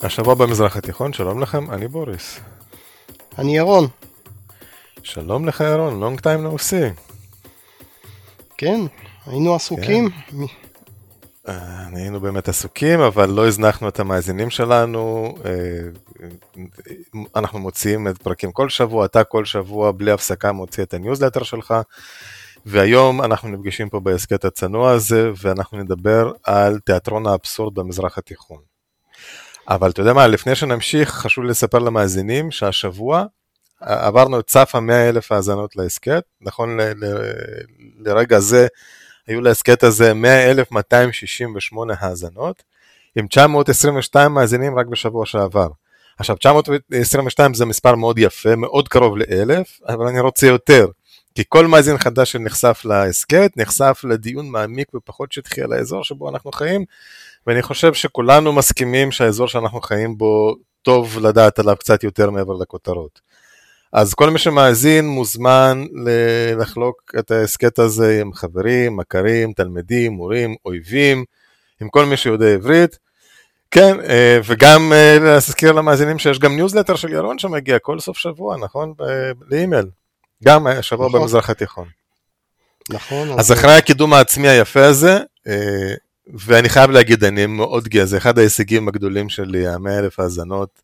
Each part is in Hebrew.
השבוע במזרח התיכון, שלום לכם, אני בוריס. אני ירון. שלום לך ירון, long time no see. כן, היינו עסוקים. היינו באמת עסוקים, אבל לא הזנחנו את המאזינים שלנו. אנחנו מוציאים את פרקים כל שבוע, אתה כל שבוע בלי הפסקה מוציא את הניוזלטר שלך, והיום אנחנו נפגשים פה בהסקט הצנוע הזה, ואנחנו נדבר על תיאטרון האבסורד במזרח התיכון. אבל אתה יודע מה, לפני שנמשיך, חשוב לספר למאזינים שהשבוע עברנו את סף 100,000 האזנות להסקט, נכון לרגע זה, היו להסקט הזה 100,268 האזנות, עם 922 מאזינים רק בשבוע שעבר. עכשיו, 922 זה מספר מאוד יפה, מאוד קרוב ל1,000, אבל אני רוצה יותר, כי כל מאזין חדש שנחשף להסקט, נחשף לדיון מעמיק ופחות שטחי על האזור שבו אנחנו חיים, ואני חושב שכולנו מסכימים שהאזור שאנחנו חיים בו, טוב לדעת עליו קצת יותר מעבר לכותרות. אז כל מי שמאזין מוזמן לחלוק את ההסקט הזה עם חברים, מכרים, תלמידים, מורים, אויבים, עם כל מי שיודע עברית. כן, וגם להזכיר למאזינים שיש גם ניוזלטר של ירון שמגיע כל סוף שבוע, נכון? לאימייל. גם שבוע נכון. במזרח התיכון. נכון. אז אחרי הקידום העצמי היפה הזה, ואני חייב להגיד, אני מאוד גאה, זה אחד ההישגים הגדולים שלי, 100,000 האזנות,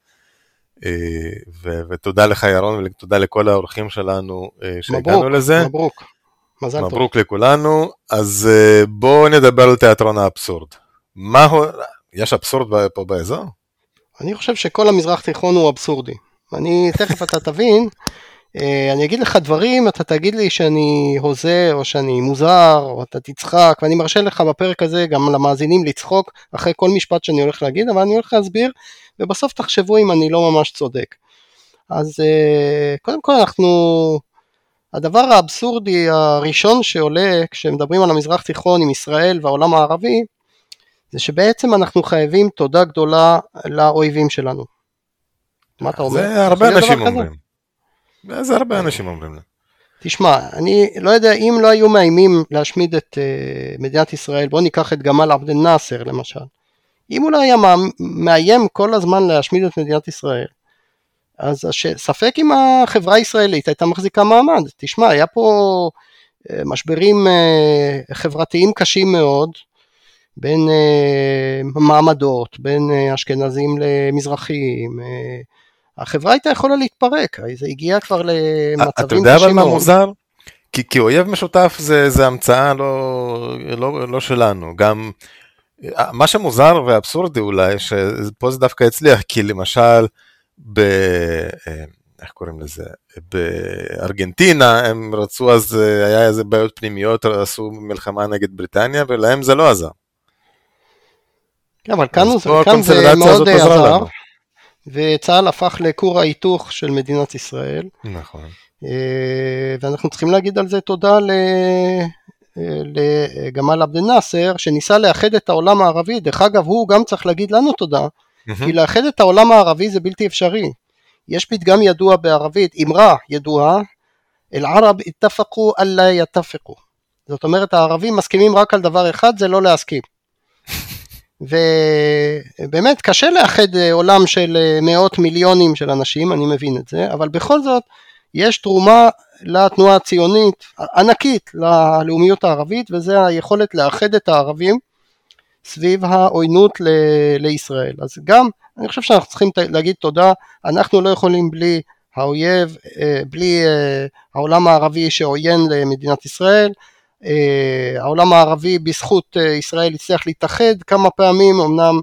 ותודה לך ירון, ותודה לכל האורחים שלנו שהגענו לזה. מברוק, מזל טוב. מברוק לכולנו, אז בואו נדבר על תיאטרון האבסורד. יש אבסורד פה באזור? אני חושב שכל המזרח תיכון הוא אבסורדי. תכף אתה תבין, אני אגיד לך דברים, אתה תגיד לי שאני הוזה, או שאני מוזר, או אתה תצחק, ואני מרשה לך בפרק הזה גם למאזינים לצחוק, אחרי כל משפט שאני הולך להגיד, אבל אני הולך להסביר, ובסוף תחשבו אם אני לא ממש צודק. אז קודם כל הדבר האבסורדי הראשון שעולה, כשמדברים על המזרח תיכון עם ישראל והעולם הערבי, זה שבעצם אנחנו חייבים תודה גדולה לאויבים שלנו. מה אתה אומר? זה הרבה אנשים אומרים. זה הרבה אנשים אומרים לה. תשמע, אני לא יודע, אם לא היו מאיימים להשמיד את מדינת ישראל, בוא ניקח את גמל עבד אל-נאצר למשל, אם הוא לא היה מאיים כל הזמן להשמיד את מדינת ישראל, אז ספק אם החברה הישראלית הייתה מחזיקה מעמד. תשמע, היה פה משברים חברתיים קשים מאוד, בין מעמדות, בין אשכנזים למזרחים, החברה הייתה יכולה להתפרק, זה הגיע כבר למצבים קשים מאוד. אתה יודע אבל מה מוזר? כי אויב משותף זה המצאה לא שלנו, גם מה שמוזר ואבסורדי אולי, שפה זה דווקא הצליח, כי למשל, איך קוראים לזה? בארגנטינה הם רצו, אז היה איזה בעיות פנימיות, עשו מלחמה נגד בריטניה, ולהם זה לא עזר. כן, אבל כאן זה מאוד עזר. וצה"ל הפך לכור ההיתוך של מדינת ישראל. נכון. ואנחנו צריכים להגיד על זה תודה לגמל עבד אל-נאצר, שניסה לאחד את העולם הערבי. דרך אגב, הוא גם צריך להגיד לנו תודה, כי לאחד את העולם הערבי זה בלתי אפשרי. יש פתגם ידוע בערבית, אמרה ידועה, אל-ערב התפקו אלה יתפקו. זאת אומרת, הערבים מסכימים רק על דבר אחד, זה לא להסכים. ובאמת קשה לאחד עולם של מאות מיליונים של אנשים, אני מבין את זה, אבל בכל זאת יש תרומה לתנועה הציונית ענקית ללאומיות הערבית, וזה היכולת לאחד את הערבים סביב העוינות לישראל. אז גם אני חושב שאנחנו צריכים להגיד תודה, אנחנו לא יכולים בלי האויב, בלי העולם הערבי שעוין למדינת ישראל, העולם הערבי בזכות ישראל הצליח להתאחד כמה פעמים, אמנם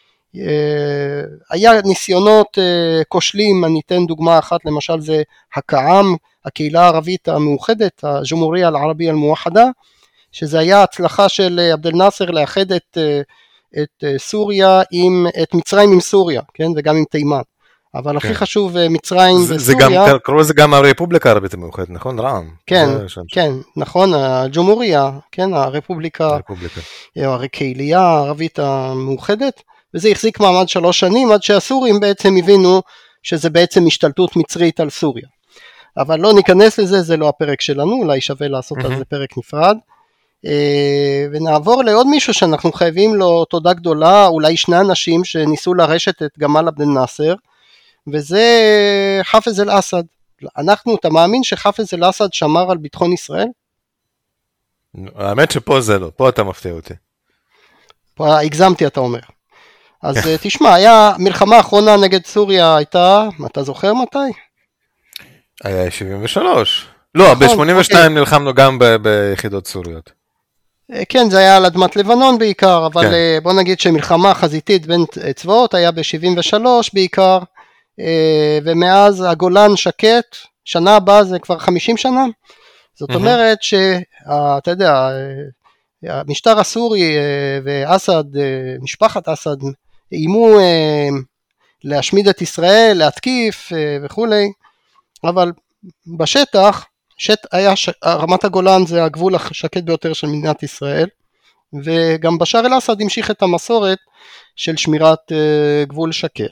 היה ניסיונות כושלים, אני אתן דוגמה אחת, למשל זה הקע"מ, הקהילה הערבית המאוחדת, הג'מהוריה אל-ערבייה אל-מואחדה, שזה היה הצלחה של עבד אל-נאצר לאחד את סוריה את מצרים עם סוריה, כן, וגם עם תימן. אבל הכי חשוב מצרים וסוריה. קראו לזה גם הרפובליקה הערבית המאוחדת, נכון? רע"מ. כן, נכון, הג'מהוריה, כן, הרפובליקה, הקהילייה הערבית המאוחדת, וזה החזיק מעמד 3 שנים, עד שהסורים בעצם הבינו שזה בעצם השתלטות מצרית על סוריה. אבל לא ניכנס לזה, זה לא הפרק שלנו, אולי שווה לעשות על זה פרק נפרד. ונעבור לעוד מישהו שאנחנו חייבים לו תודה גדולה, אולי שני אנשים שניסו לרשת את גמל עבד אל-נאצר, וזה חאפז אל-אסד. אתה מאמין שחאפז אל-אסד שמר על ביטחון ישראל? האמת שפה זה לא, פה אתה מפתיע אותי. פה הגזמתי אתה אומר. אז תשמע, מלחמה האחרונה נגד סוריה הייתה, אתה זוכר מתי? היה 73. לא, ב-82 נלחמנו גם ביחידות סוריות. כן, זה היה על אדמת לבנון בעיקר, אבל בוא נגיד שמלחמה חזיתית בין צבאות היה ב-73 בעיקר, ומאז הגולן שקט, שנה הבאה זה כבר 50 שנה, זאת אומרת שאתה יודע, המשטר הסורי ואסד, משפחת אסד, איימו להשמיד את ישראל, להתקיף וכולי, אבל בשטח, רמת הגולן זה הגבול השקט ביותר של מדינת ישראל, וגם בשאר אל-אסד המשיך את המסורת של שמירת גבול שקט,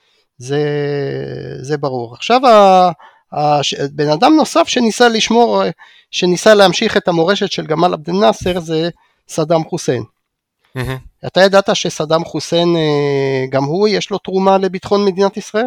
זה ברור. עכשיו בן אדם נוסף שניסה להמשיך את המורשת של גמל עבד אל-נאצר זה סדאם חוסיין. אתה ידעת שסדאם חוסיין גם הוא יש לו תרומה לביטחון מדינת ישראל?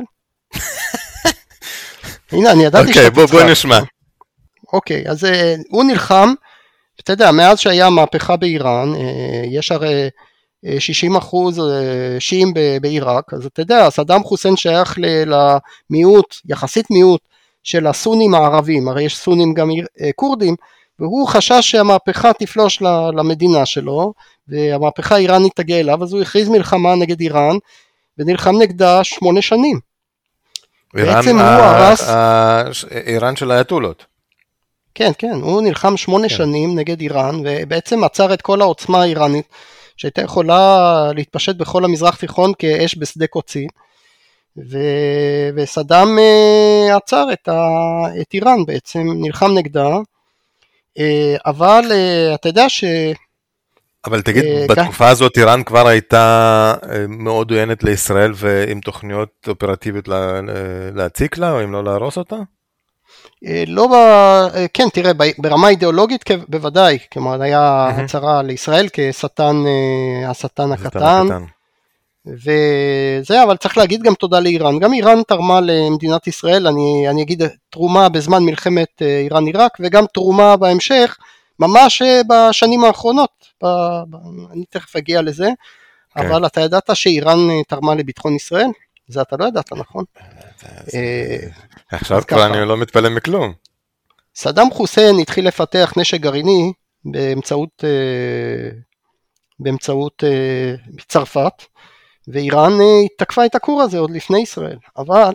הנה אני ידעתי שאתה תצחק. בוא נשמע. אוקיי, אז הוא נלחם, אתה יודע, מאז שהיה מהפכה באיראן, יש הרי 60% שיעים בעיראק, אז אתה יודע, סדאם חוסיין שייך למיעוט, יחסית מיעוט, של הסונים הערבים, הרי יש סונים גם קורדים, והוא חשש שהמהפכה תפלוש למדינה שלו, והמהפכה האיראנית תגיע אליו, אז הוא הכריז מלחמה נגד איראן, ונלחם נגדה 8 שנים. בעצם הוא הרס... איראן של האייתולות. כן, כן, הוא נלחם 8 שנים נגד איראן, ובעצם עצר את כל העוצמה האיראנית, שהייתה יכולה להתפשט בכל המזרח תיכון כאש בשדה קוצים, וסדאם עצר את איראן בעצם, נלחם נגדה, אבל אתה יודע אבל תגיד, בתקופה הזאת איראן כבר הייתה מאוד עוינת לישראל, ועם תוכניות אופרטיביות להציק לה, או אם לא להרוס אותה? לא, כן, תראה, ברמה אידיאולוגית בוודאי, כלומר היה הצהרה לישראל השטן הקטן, וזה, אבל צריך להגיד גם תודה לאיראן, גם איראן תרמה למדינת ישראל, אני אגיד תרומה בזמן מלחמת איראן-עיראק, וגם תרומה בהמשך, ממש בשנים האחרונות, אני תכף אגיע לזה, אבל אתה ידעת שאיראן תרמה לביטחון ישראל? זה אתה לא ידעת, נכון? עכשיו כבר אני לא מתפלא מכלום. סדאם חוסיין התחיל לפתח נשק גרעיני באמצעות צרפת, ואיראן תקפה את הכור הזה עוד לפני ישראל, אבל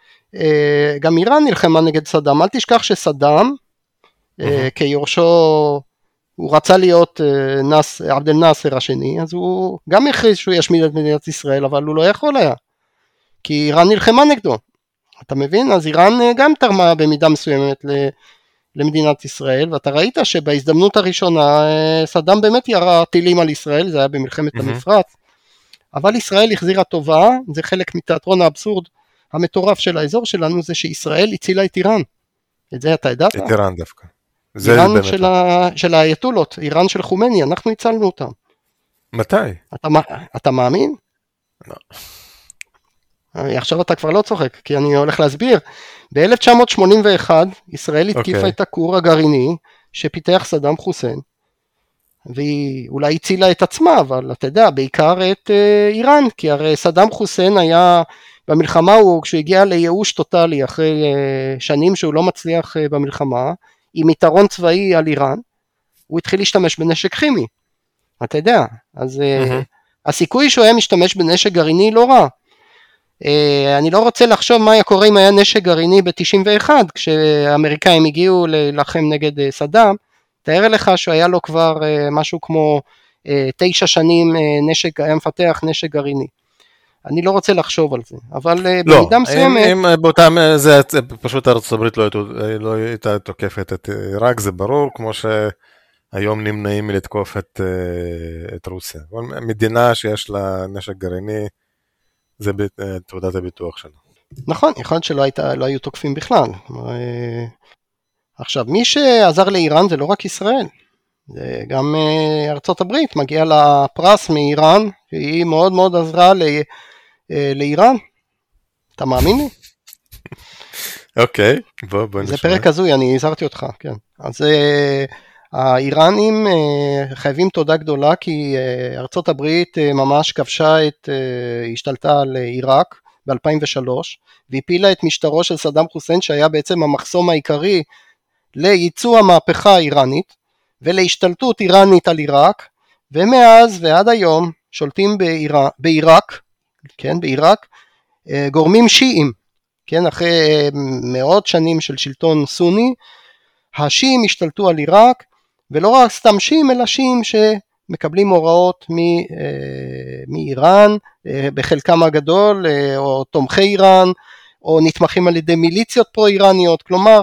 גם איראן נלחמה נגד סדאם. אל תשכח שסדאם כיורשו, הוא רצה להיות עבד אל-נאצר השני, אז הוא גם הכריז שהוא ישמיד את מדינת ישראל, אבל הוא לא יכול היה, כי איראן נלחמה נגדו, אתה מבין? אז איראן גם תרמה במידה מסוימת למדינת ישראל, ואתה ראית שבהזדמנות הראשונה סדאם באמת ירה טילים על ישראל, זה היה במלחמת המפרץ, אבל ישראל החזירה טובה, זה חלק מתיאטרון האבסורד המטורף של האזור שלנו, זה שישראל הצילה את איראן, את זה אתה ידעת? את איראן דווקא. איראן של האייתולות, איראן של חומני, אנחנו הצלנו אותם. מתי? אתה מאמין? לא. עכשיו אתה כבר לא צוחק, כי אני הולך להסביר. ב-1981 ישראל התקיפה את הכור הגרעיני שפיתח סדאם חוסיין, והיא אולי הצילה את עצמה, אבל אתה יודע, בעיקר את איראן, כי הרי סדאם חוסיין היה במלחמה, כשהוא הגיע לייאוש טוטלי, אחרי שנים שהוא לא מצליח במלחמה, עם יתרון צבאי על איראן, הוא התחיל להשתמש בנשק כימי, אתה יודע, אז הסיכוי שהוא היה משתמש בנשק גרעיני לא רע, אני לא רוצה לחשוב מה היה קורה אם היה נשק גרעיני ב-91, כשהאמריקאים הגיעו להילחם נגד סדאם, תאר לך שהיה לו כבר משהו כמו 9 שנים היה מפתח נשק גרעיני. אני לא רוצה לחשוב על זה, אבל במידה מסוימת... אם באותם, זה פשוט ארצות הברית לא הייתה תוקפת את עיראק, זה ברור, כמו שהיום נמנעים מלתקוף את רוסיה. מדינה שיש לה נשק גרעיני, זה תעודת הביטוח שלה. נכון, יכול להיות שלא היו תוקפים בכלל. עכשיו, מי שעזר לאיראן זה לא רק ישראל, גם ארצות הברית מגיעה לפרס מאיראן, שהיא מאוד מאוד עזרה לאיראן. אתה מאמין לי? אוקיי, בוא נשמע. זה פרק הזוי, אני הזהרתי אותך, כן. אז האיראנים חייבים תודה גדולה, כי ארצות הברית ממש כבשה השתלטה על עיראק ב-2003, והפילה את משטרו של סדאם חוסיין, שהיה בעצם המחסום העיקרי לייצוא המהפכה האיראנית, ולהשתלטות איראנית על עיראק, ומאז ועד היום שולטים בעיראק, כן, בעיראק, גורמים שיעים, כן, אחרי מאות שנים של שלטון סוני, השיעים השתלטו על עיראק, ולא רק סתם שיעים, אלא שיעים שמקבלים הוראות מאיראן, בחלקם הגדול, או תומכי איראן, או נתמכים על ידי מיליציות פרו-איראניות, כלומר,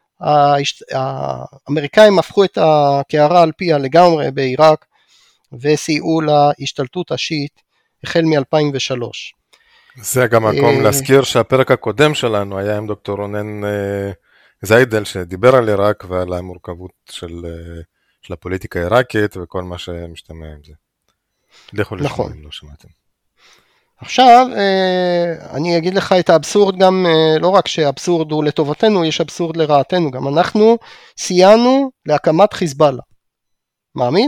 האמריקאים הפכו את הקערה על פיה לגמרי בעיראק, וסייעו להשתלטות השיעית החל מ-2003. זה גם מקום להזכיר שהפרק הקודם שלנו היה עם דוקטור רונן זיידל, שדיבר על עיראק ועל המורכבות של הפוליטיקה העיראקית וכל מה שמשתמע עם זה. לכו לשמוע אם לא שמעתם. עכשיו אני אגיד לך את האבסורד, גם לא רק שהאבסורד הוא לטובתנו, יש אבסורד לרעתנו, גם אנחנו סייענו להקמת חיזבאללה. מאמין?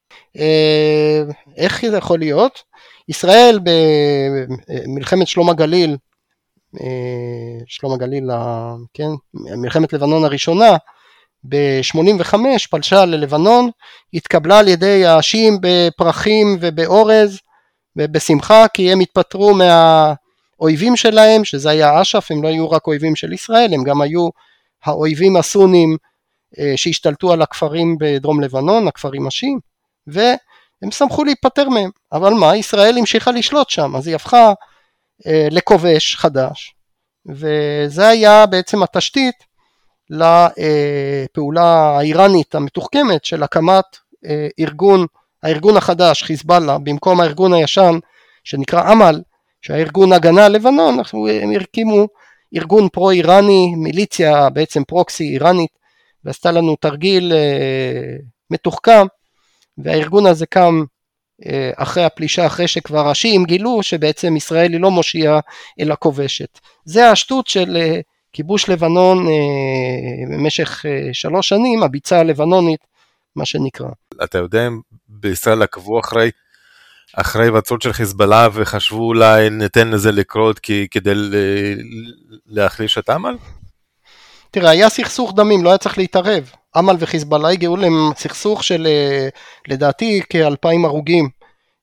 איך זה יכול להיות? ישראל במלחמת שלום הגליל, כן, מלחמת לבנון הראשונה, ב-85 פלשה ללבנון, התקבלה על ידי השיעים בפרחים ובאורז ובשמחה, כי הם התפטרו מהאויבים שלהם, שזה היה אש"ף, הם לא היו רק אויבים של ישראל, הם גם היו האויבים הסונים שהשתלטו על הכפרים בדרום לבנון, הכפרים השיעים, והם שמחו להיפטר מהם. אבל מה? ישראל המשיכה לשלוט שם, אז היא הפכה לכובש חדש, וזה היה בעצם התשתית לפעולה האיראנית המתוחכמת של הקמת הארגון החדש, חיזבאללה, במקום הארגון הישן שנקרא אמל, שהארגון הגנה על לבנון, הם הקימו ארגון פרו-איראני, מיליציה בעצם פרוקסי איראנית, ועשתה לנו תרגיל מתוחכם, והארגון הזה קם אחרי הפלישה, אחרי שכבר השיעים גילו שבעצם ישראל היא לא מושיעה אלא כובשת. זה השטות של כיבוש לבנון במשך 3 שנים, הביצה הלבנונית, מה שנקרא. אתה יודע אם בישראל עקבו אחרי היווצרות של חיזבאללה וחשבו אולי ניתן לזה לקרות כדי להחליש את אמל? תראה, היה סכסוך דמים, לא היה צריך להתערב. אמל וחיזבאללה הגיעו לסכסוך של לדעתי כ2,000 הרוגים,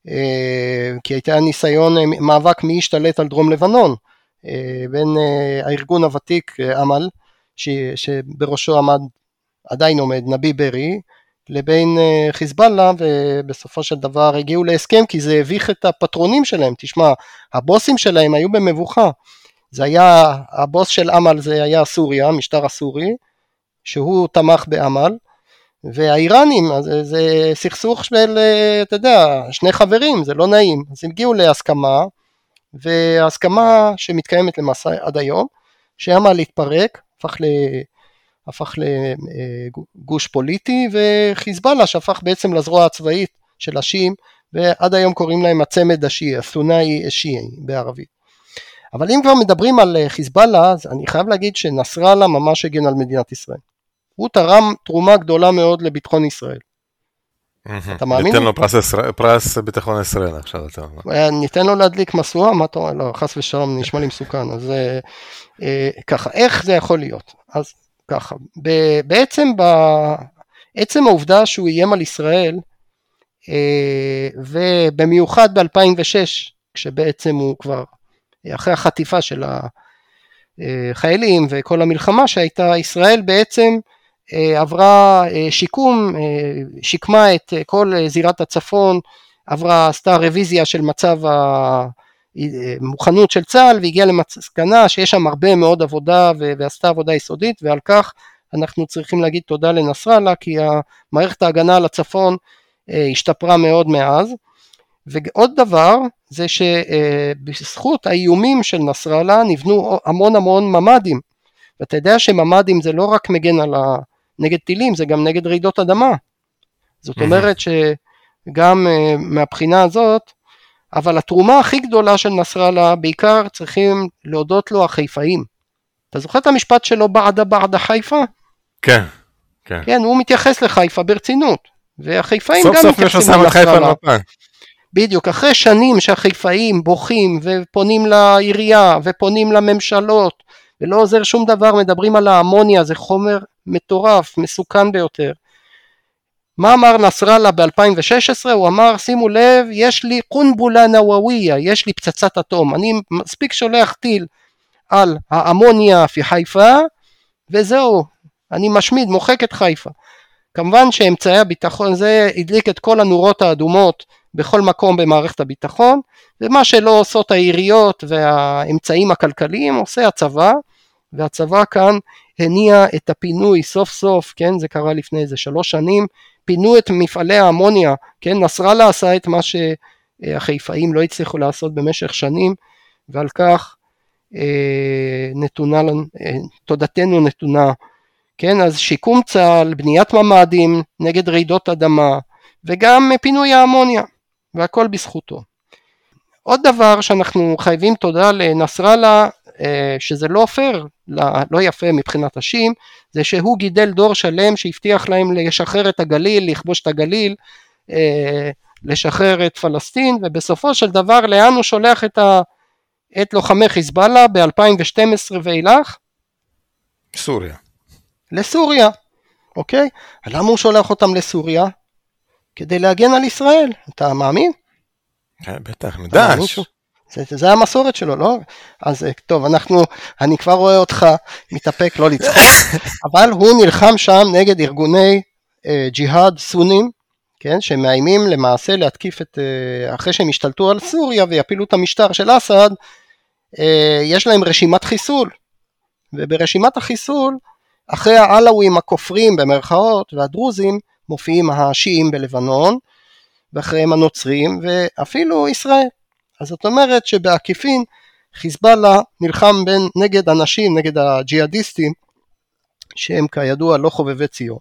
כי הייתה ניסיון מאבק מי השתלט על דרום לבנון, בין הארגון הוותיק אמל, שבראשו עדיין עומד נבי ברי, לבין חיזבאללה, ובסופו של דבר הגיעו להסכם, כי זה הביך את הפטרונים שלהם. תשמע, הבוסים שלהם היו במבוכה, זה היה, הבוס של אמל זה היה סוריה, משטר הסורי, שהוא תמך באמל, והאיראנים, זה סכסוך של, אתה יודע, 2 חברים, זה לא נעים, אז הם הגיעו להסכמה, וההסכמה שמתקיימת למעשה עד היום, שאמל התפרק, הפך לגוש פוליטי, וחיזבאללה שהפך בעצם לזרוע הצבאית של השיעים, ועד היום קוראים להם הצמד השיעי, הסונאי השיעי בערבית. אבל אם כבר מדברים על חיזבאללה, אז אני חייב להגיד שנסראללה ממש הגן על מדינת ישראל. הוא תרם תרומה גדולה מאוד לביטחון ישראל. אתה מאמין? ניתן לו פרס ביטחון ישראל עכשיו. ניתן לו להדליק משואה, מה אתה אומר? לא, חס ושלום, נשמע לי מסוכן. אז ככה, איך זה יכול להיות? אז ככה, בעצם העובדה שהוא איים על ישראל, ובמיוחד ב-2006, כשבעצם הוא כבר, אחרי החטיפה של החיילים וכל המלחמה שהייתה, ישראל בעצם עברה שיקום, שיקמה את כל זירת הצפון, עשתה רוויזיה של מצב המוכנות של צה"ל, והגיעה למסקנה שיש שם הרבה מאוד עבודה, ועשתה עבודה יסודית, ועל כך אנחנו צריכים להגיד תודה לנסראללה, כי מערכת ההגנה על הצפון השתפרה מאוד מאז. ועוד דבר, זה שבזכות האיומים של נסראללה נבנו המון ממדים, ואתה יודע שממדים זה לא רק מגן נגד טילים, זה גם נגד רעידות אדמה. זאת אומרת שגם מהבחינה הזאת, אבל התרומה הכי גדולה של נסראללה, בעיקר צריכים להודות לו החיפאים. אתה זוכר את המשפט שלו בעדה חיפה? כן. כן, הוא מתייחס לחיפה ברצינות, והחיפאים סוף גם סוף מתייחסים לנסראללה. בדיוק, אחרי שנים שהחיפאים בוכים ופונים לעירייה ופונים לממשלות, ולא עוזר שום דבר, מדברים על האמוניה, זה חומר מטורף, מסוכן ביותר. מה אמר נסראללה ב-2016? הוא אמר, שימו לב, יש לי קונבולה נוואוויה, יש לי פצצת אטום, אני מספיק שולח טיל על האמוניה في חיפה, וזהו, אני משמיד, מוחק את חיפה. כמובן שאמצעי הביטחון זה הדליק את כל הנורות האדומות בכל מקום במערכת הביטחון, ומה שלא עושות העיריות והאמצעים הכלכליים עושה הצבא, והצבא כאן הניע את הפינוי סוף סוף, כן, זה קרה לפני איזה 3 שנים, פינו את מפעלי האמוניה, כן, נסראללה עשה את מה שהחיפאים לא הצליחו לעשות במשך שנים, ועל כך תודתנו נתונה, כן, אז שיקום צה"ל, בניית ממ"דים נגד רעידות אדמה, וגם פינוי האמוניה, והכל בזכותו. עוד דבר שאנחנו חייבים תודה לנסראללה, שזה לא פייר, לא יפה מבחינת השיעים, זה שהוא גידל דור שלם שהבטיח להם לשחרר את הגליל, לכבוש את הגליל, לשחרר את פלסטין, ובסופו של דבר לאן הוא שולח את לוחמי חיזבאללה ב-2012 ואילך? סוריה. לסוריה, אוקיי? למה הוא שולח אותם לסוריה? כדי להגן על ישראל, אתה מאמין? בטח, מדש. זה המסורת שלו, לא? אז טוב, אני כבר רואה אותך מתאפק לא לצחוק, אבל הוא נלחם שם נגד ארגוני ג'יהאד סונים, כן, שמאיימים למעשה להתקיף אחרי שהם השתלטו על סוריה ויפילו את המשטר של אסד, יש להם רשימת חיסול, וברשימת החיסול, אחרי העלווים הכופרים במרכאות והדרוזים, מופיעים השיעים בלבנון, ואחריהם הנוצרים, ואפילו ישראל. אז זאת אומרת שבעקיפין, חיזבאללה נלחם נגד אנשים, נגד הג'יהאדיסטים, שהם כידוע לא חובבי ציון.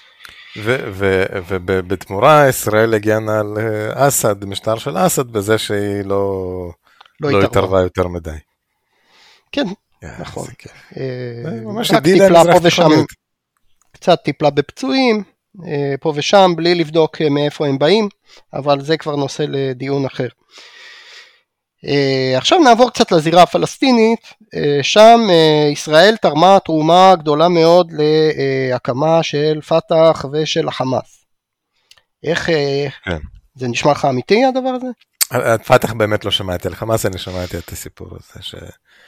ובתמורה ישראל הגנה על אסד, משטר של אסד, בזה שהיא לא התערבה יותר מדי. כן, נכון. רק טיפלה פה ושם, קצת טיפלה בפצועים, פה ושם, בלי לבדוק מאיפה הם באים, אבל זה כבר נושא לדיון אחר. עכשיו נעבור קצת לזירה הפלסטינית, שם ישראל תרמה תרומה גדולה מאוד להקמה של פתח ושל החמאס. איך, זה נשמע לך אמיתי הדבר הזה? פתח באמת לא שמעתי, על חמאס אני שמעתי את הסיפור הזה.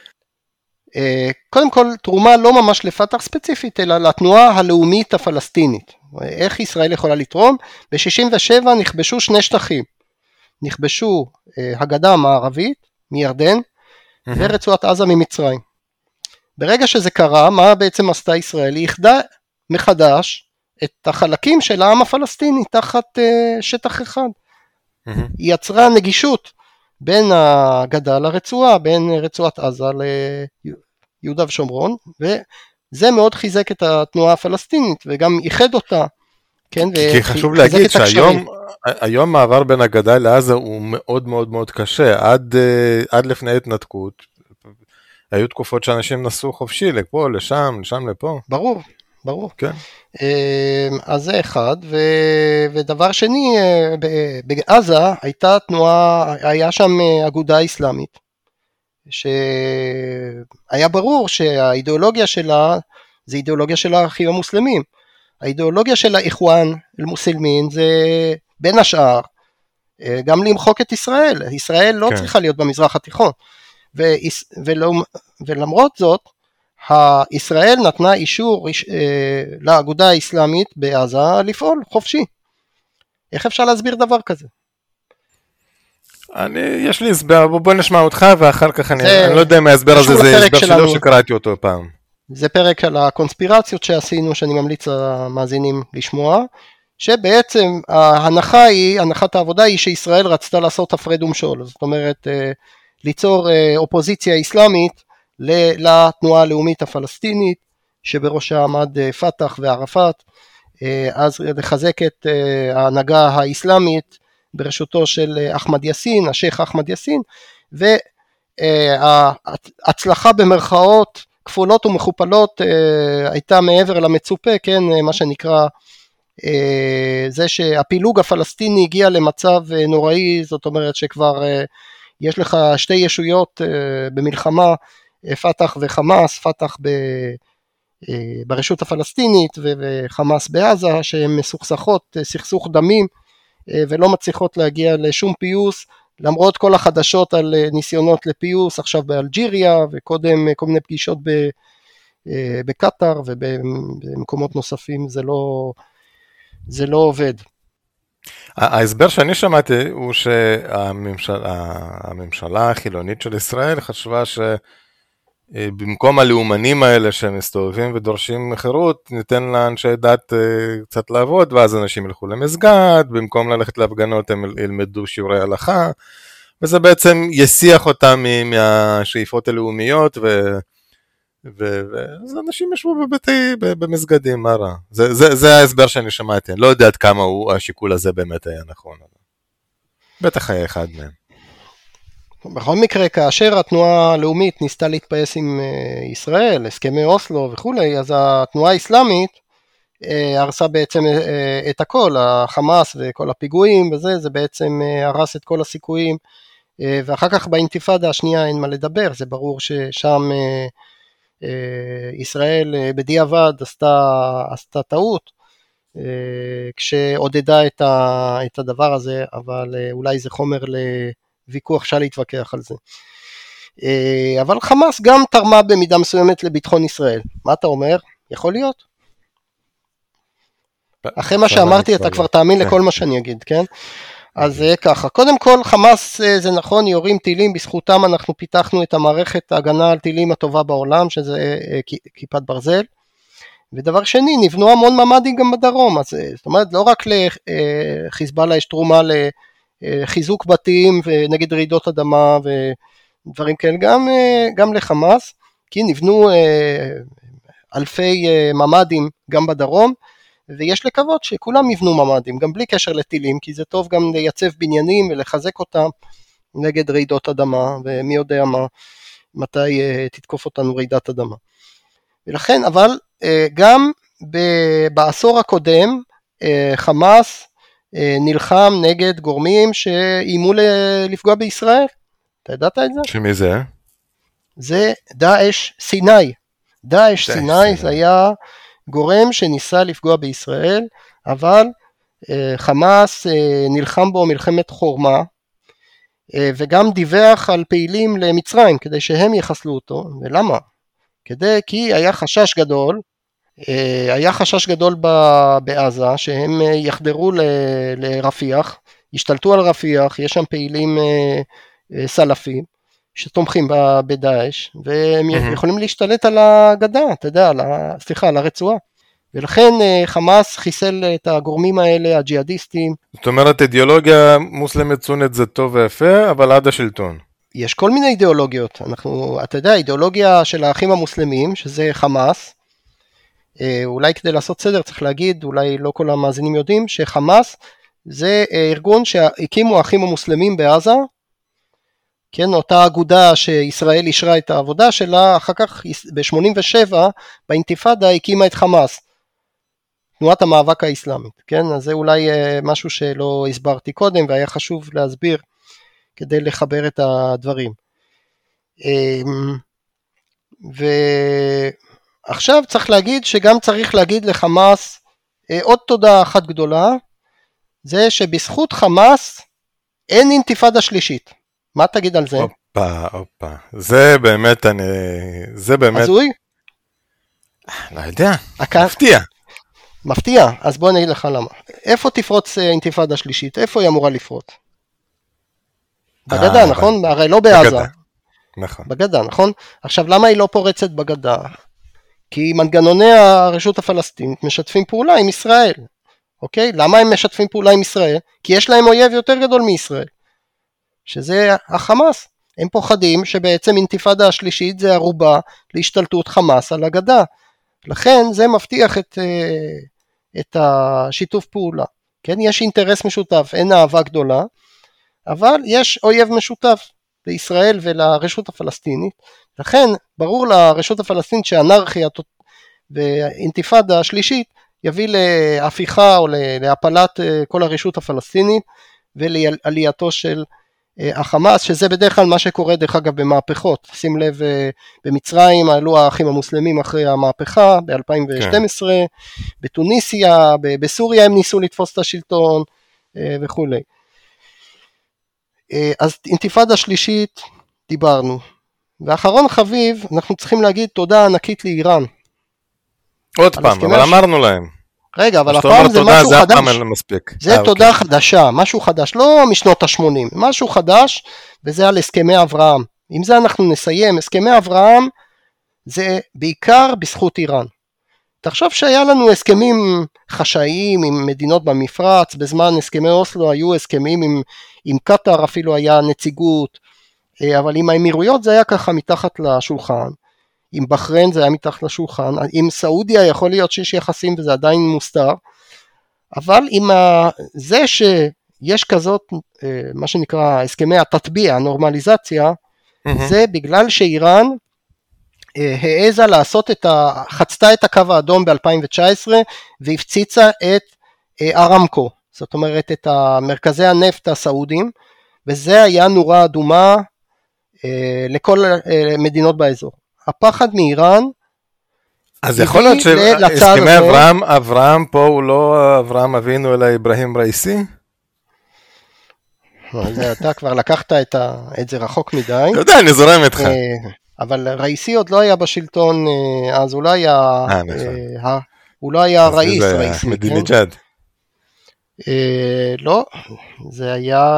קודם כל תרומה לא ממש לפתח ספציפית, אלא לתנועה הלאומית הפלסטינית. איך ישראל יכולה לתרום? ב-67 נכבשו 2 שטחים. נכבשו הגדה המערבית מירדן ורצועת עזה ממצרים. ברגע שזה קרה, מה בעצם עשתה ישראל? היא איחדה מחדש את החלקים של העם הפלסטיני תחת שטח אחד. היא יצרה נגישות בין הגדה לרצועה, בין רצועת עזה ליהודה ושומרון, וזה מאוד חיזק את התנועה הפלסטינית וגם איחד אותה. כן, כי חשוב להגיד שהיום מעבר בין הגדה לעזה הוא מאוד מאוד מאוד קשה, עד לפני התנתקות, היו תקופות שאנשים נסעו חופשי, לפה, לשם לפה. ברור. כן. אז זה אחד, ודבר שני, בעזה הייתה תנועה, היה שם אגודה אסלאמית, שהיה ברור שהאידיאולוגיה שלה, זה אידיאולוגיה של האחים המוסלמים, האידיאולוגיה של האיחואן אל-מוסלמין זה בין השאר גם למחוק את ישראל, ישראל לא צריכה להיות במזרח התיכון, ולמרות זאת, ישראל נתנה אישור לאגודה האסלאמית בעזה לפעול חופשי. איך אפשר להסביר דבר כזה? יש לי הסבר, בוא נשמע אותך ואחר כך אני לא יודע אם ההסבר הזה זה הסבר שלו שקראתי אותו פעם. זה פרק על הקונספירציות שעשינו, שאני ממליץ למאזינים לשמוע, שבעצם הנחת העבודה היא שישראל רצתה לעשות הפרד ומשול, זאת אומרת ליצור אופוזיציה אסלאמית לתנועה הלאומית הפלסטינית, שבראשה עמד פתח וערפאת, אז לחזק את ההנהגה האסלאמית בראשותו של אחמד יאסין, השייח אחמד יאסין, וההצלחה במרכאות כפולות ומכופלות הייתה מעבר למצופה, כן, מה שנקרא, זה שהפילוג הפלסטיני הגיע למצב נוראי, זאת אומרת שכבר יש לך שתי ישויות במלחמה, פתח וחמאס, פתח ברשות הפלסטינית וחמאס בעזה, שהן מסוכסכות סכסוך דמים ולא מצליחות להגיע לשום פיוס, למרות כל החדשות על ניסיונות לפיוס עכשיו באלג'יריה, וקודם כל מיני פגישות בקטר ובמקומות נוספים, זה לא עובד. ההסבר שאני שמעתי הוא שהממשלה החילונית של ישראל חשבה שבמקום הלאומנים האלה שמסתובבים ודורשים חירות, ניתן לאנשי דת קצת לעבוד, ואז אנשים ילכו למסגד, במקום ללכת להפגנות הם ילמדו שיעורי הלכה, וזה בעצם יסיח אותם מהשאיפות הלאומיות, אז אנשים ישבו במסגדים, מה רע? זה ההסבר שאני שמעתי, אני לא יודע עד כמה השיקול הזה באמת היה נכון. בטח היה אחד מהם. בכל מקרה, כאשר התנועה הלאומית ניסתה להתפייס עם ישראל, הסכמי אוסלו וכולי, אז התנועה האסלאמית הרסה בעצם את הכל, החמאס וכל הפיגועים וזה, זה בעצם הרס את כל הסיכויים, ואחר כך באינתיפאדה השנייה אין מה לדבר, זה ברור ששם ישראל בדיעבד עשתה טעות, כשעודדה את הדבר הזה, אבל אולי זה חומר לוויכוח, אפשר להתווכח על זה. אבל חמאס גם תרמה במידה מסוימת לביטחון ישראל. מה אתה אומר? יכול להיות? אחרי מה שאמרתי אתה כבר תאמין לכל מה שאני אגיד, כן? אז ככה, קודם כל חמאס זה נכון, יורים טילים, בזכותם אנחנו פיתחנו את המערכת ההגנה על טילים הטובה בעולם, שזה כיפת ברזל, ודבר שני, נבנו המון ממדים גם בדרום, אז זאת אומרת, לא רק לחיזבאללה יש תרומה לחיזוק בתים ונגד רעידות אדמה ודברים כאלה, גם לחמאס, כי נבנו אלפי ממדים גם בדרום, ויש לקוות שכולם יבנו ממדים, גם בלי קשר לטילים, כי זה טוב גם לייצב בניינים ולחזק אותם נגד רעידות אדמה, ומי יודע מתי תתקוף אותנו רעידת אדמה. ולכן, אבל גם בעשור הקודם, חמאס נלחם נגד גורמים שאיימו לפגוע בישראל. אתה ידעת את זה? שמי זה? זה דאעש סיני. דאעש סיני זה היה גורם שניסה לפגוע בישראל, אבל חמאס נלחם בו מלחמת חורמה, וגם דיווח על פעילים למצרים, כדי שהם יחסלו אותו. ולמה? כי היה חשש גדול בעזה, שהם יחדרו לרפיח, ישתלטו על רפיח, יש שם פעילים סלפים, שתומכים בדאעש, והם יכולים להשתלט על הגדה, אתה יודע, על הרצועה. ולכן חמאס חיסל את הגורמים האלה, הג'יהאדיסטים. זאת אומרת, אידיאולוגיה מוסלמית סונית זה טוב ויפה, אבל עד השלטון. יש כל מיני אידיאולוגיות. אתה יודע, אידיאולוגיה של האחים המוסלמים, שזה חמאס, אולי כדי לעשות סדר צריך להגיד, אולי לא כל המאזינים יודעים, שחמאס זה ארגון שהקימו האחים המוסלמים בעזה, כן, אותה אגודה שישראל אישרה את העבודה שלה, אחר כך ב-87 באינתיפאדה הקימה את חמאס, תנועת המאבק האסלאמית, כן, אז זה אולי משהו שלא הסברתי קודם, והיה חשוב להסביר כדי לחבר את הדברים. ועכשיו צריך להגיד שגם צריך להגיד לחמאס עוד תודה אחת גדולה, זה שבזכות חמאס אין אינתיפאדה שלישית. מה תגיד על זה? אופה, זה באמת, הזוי? לא יודע, מפתיע. מפתיע, אז בוא נגיד לך למה. איפה תפרוץ אינתיפאדה שלישית? איפה היא אמורה לפרוץ? בגדה, נכון? הרי לא בעזה. נכון. בגדה, נכון? עכשיו, למה היא לא פורצת בגדה? כי מנגנוני הרשות הפלסטינית משתפים פעולה עם ישראל. אוקיי? למה הם משתפים פעולה עם ישראל? כי יש להם אויב יותר גדול מישראל. שזה החמאס. הם פוחדים שבעצם אינתיפאדה השלישית זה ערובה להשתלטות חמאס על הגדה. לכן זה מבטיח את השיתוף פעולה, כן, יש אינטרס משותף, אין אהבה גדולה, אבל יש אויב משותף לישראל ולרשות הפלסטינית, לכן ברור לרשות הפלסטינית שהאנרכיה ואינתיפאדה השלישית יביא להפיכה או להפלת כל הרשות הפלסטינית ולעלייתו של החמאס, שזה בדרך כלל מה שקורה דרך אגב במהפכות, שים לב במצרים עלו האחים המוסלמים אחרי המהפכה ב-2012, בתוניסיה, בסוריה הם ניסו לתפוס את השלטון וכו'. אז אינתיפאדה שלישית דיברנו, ואחרון חביב אנחנו צריכים להגיד תודה ענקית לאיראן. עוד פעם, אבל אמרנו להם. רגע, אבל הפעם זה משהו חדש, זה תודה אוקיי. חדשה, משהו חדש, לא משנות ה-80, משהו חדש, וזה על הסכמי אברהם. עם זה אנחנו נסיים, הסכמי אברהם זה בעיקר בזכות איראן. תחשוב שהיה לנו הסכמים חשאיים עם מדינות במפרץ, בזמן הסכמי אוסלו היו הסכמים עם קטר, אפילו היה נציגות, אבל עם האמירויות זה היה ככה מתחת לשולחן, עם בחריין זה היה מתחת לשולחן, עם סעודיה יכול להיות שיש יחסים וזה עדיין מוסתר, אבל עם זה שיש כזאת, מה שנקרא הסכמי התטביע, הנורמליזציה, זה בגלל שאיראן העזה לעשות חצתה את הקו האדום ב-2019, והפציצה את ארמקו, זאת אומרת את מרכזי הנפט הסעודים, וזה היה נורה אדומה לכל מדינות באזור. הפחד מאיראן, אז יכול להיות שהסכמי אברהם פה הוא לא אברהם אבינו אלא אברהים ראיסי? אתה כבר לקחת את זה רחוק מדי. לא יודע, אני זורם איתך. אבל ראיסי עוד לא היה בשלטון, אז הוא לא היה ראיס. מדינג'אד. לא, זה היה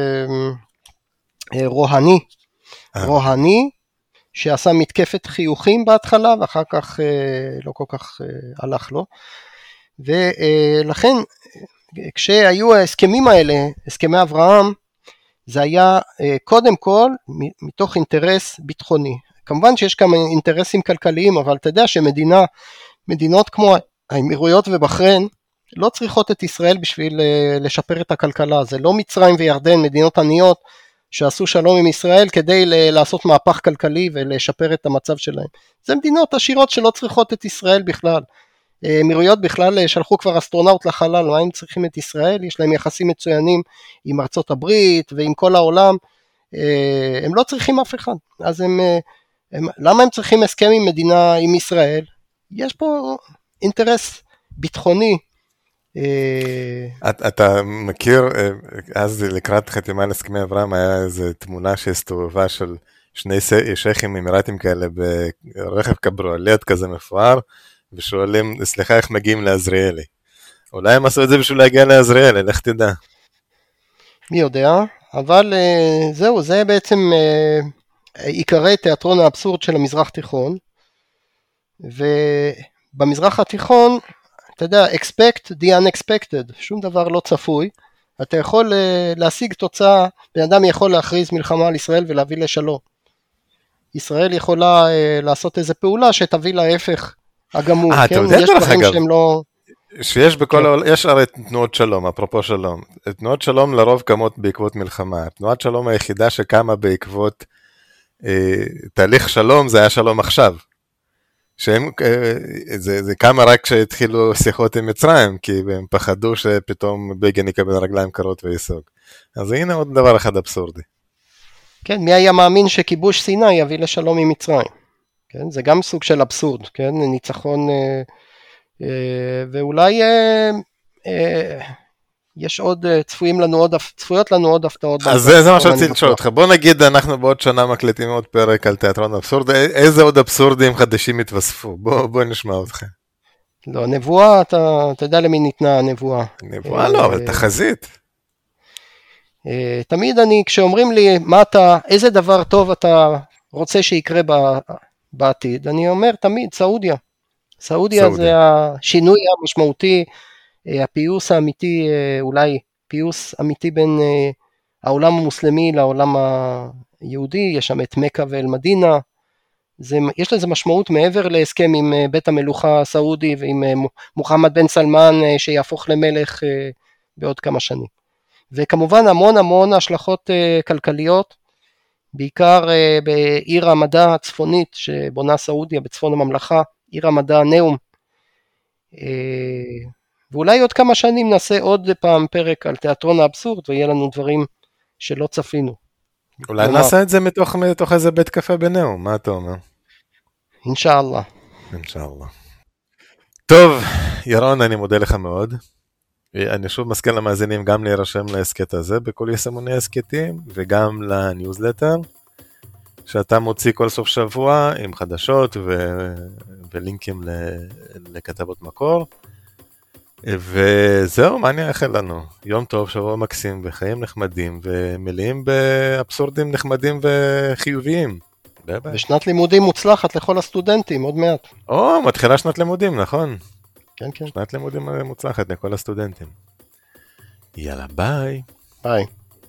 רוהני, שעשה מתקפת חיוכים בהתחלה, ואחר כך לא כל כך הלך לו, ולכן כשהיו ההסכמים האלה, הסכמי אברהם, זה היה קודם כל מתוך אינטרס ביטחוני, כמובן שיש כמה אינטרסים כלכליים, אבל אתה יודע שמדינות כמו האמירויות ובחריין, לא צריכות את ישראל בשביל לשפר את הכלכלה, זה לא מצרים וירדן, מדינות עניות, שעשו שלום עם ישראל כדי לעשות מהפך כלכלי ולשפר את המצב שלהם. זה מדינות עשירות שלא צריכות את ישראל בכלל. אמירויות בכלל שלחו כבר אסטרונאוט לחלל, מה הם צריכים את ישראל? יש להם יחסים מצוינים עם ארצות הברית ועם כל העולם, הם לא צריכים אף אחד. אז למה הם צריכים הסכם עם מדינה, עם ישראל? יש פה אינטרס ביטחוני. אתה מכיר, אז לקראת חתימה להסכמי אברהם היה איזו תמונה שהסתובבה של שני שייכים אמירתים כאלה ברכב קברואלט כזה מפואר, ושואלים, סליחה, איך מגיעים לעזריאלי? אולי הם עשו את זה בשביל להגיע לעזריאלי, לך תדע. מי יודע, אבל זהו, זה בעצם עיקרי תיאטרון האבסורד של המזרח תיכון, ובמזרח התיכון, אתה יודע, expect the unexpected, שום דבר לא צפוי, אתה יכול להשיג תוצאה, בן אדם יכול להכריז מלחמה על ישראל ולהביא לשלום. ישראל יכולה לעשות איזו פעולה שתביא להפך הגמור, כן? אתה יודע דרך אגב, לא... שיש בכל העולם, יש הרי תנועות שלום, אפרופו שלום, תנועות שלום לרוב קמות בעקבות מלחמה, תנועת שלום היחידה שקמה בעקבות תהליך שלום, זה היה שלום עכשיו. זה קמה רק כשהתחילו שיחות עם מצרים, כי הם פחדו שפתאום בגין יקבל רגליים קרות ויסוג. אז הנה עוד דבר אחד אבסורדי. כן, מי היה מאמין שכיבוש סיני יביא לשלום עם מצרים? כן, זה גם סוג של אבסורד, כן, ניצחון, ואולי יש עוד, צפויות לנו עוד הפתעות. אז זה מה שרציתי לשאול אותך, בוא נגיד אנחנו בעוד שנה מקליטים עוד פרק על תיאטרון אבסורד, איזה עוד אבסורדים חדשים התווספו? בוא נשמע אותך. לא, נבואה, אתה יודע למי ניתנה הנבואה. נבואה לא, אבל תחזית. תמיד כשאומרים לי, איזה דבר טוב אתה רוצה שיקרה בעתיד, אני אומר תמיד, סעודיה. סעודיה זה השינוי המשמעותי, הפיוס האמיתי, אולי פיוס אמיתי בין העולם המוסלמי לעולם היהודי, יש שם את מקה ואל מדינה, יש לזה משמעות מעבר להסכם עם בית המלוכה הסעודי ועם מוחמד בן סלמן שיהפוך למלך בעוד כמה שנים. וכמובן המון השלכות כלכליות, בעיקר בעיר המדע הצפונית שבונה סעודיה בצפון הממלכה, עיר המדע נאום. ואולי עוד כמה שנים נעשה עוד פעם פרק על תיאטרון האבסורד, ויהיה לנו דברים שלא צפינו. אולי נעשה את זה מתוך איזה בית קפה בנאום, מה אתה אומר? אינשאללה. אינשאללה. טוב, ירון, אני מודה לך מאוד. אני שוב מזכיר למאזינים גם להירשם להסקט הזה בכל יישומוני הסקטים, וגם לניוזלטר, שאתה מוציא כל סוף שבוע עם חדשות ולינקים לכתבות מקור. וזהו, מה אני אאחל לנו? יום טוב, שבוע מקסים, וחיים נחמדים, ומלאים באבסורדים נחמדים וחיוביים. ביי ביי. ושנת לימודים מוצלחת לכל הסטודנטים, עוד מעט. מתחילה שנת לימודים, נכון? כן. שנת לימודים מוצלחת לכל הסטודנטים. יאללה, ביי. ביי.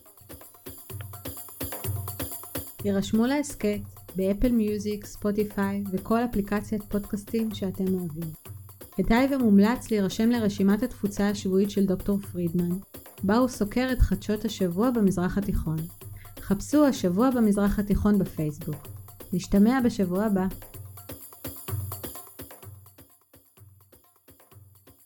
יירשמו להסקט באפל מיוזיק, ספוטיפיי וכל אפליקציית פודקאסטים שאתם אוהבים. כדאי ומומלץ להירשם לרשימת התפוצה השבועית של דוקטור פרידמן, בה הוא סוקר את חדשות השבוע במזרח התיכון. חפשו השבוע במזרח התיכון בפייסבוק. נשתמע בשבוע הבא.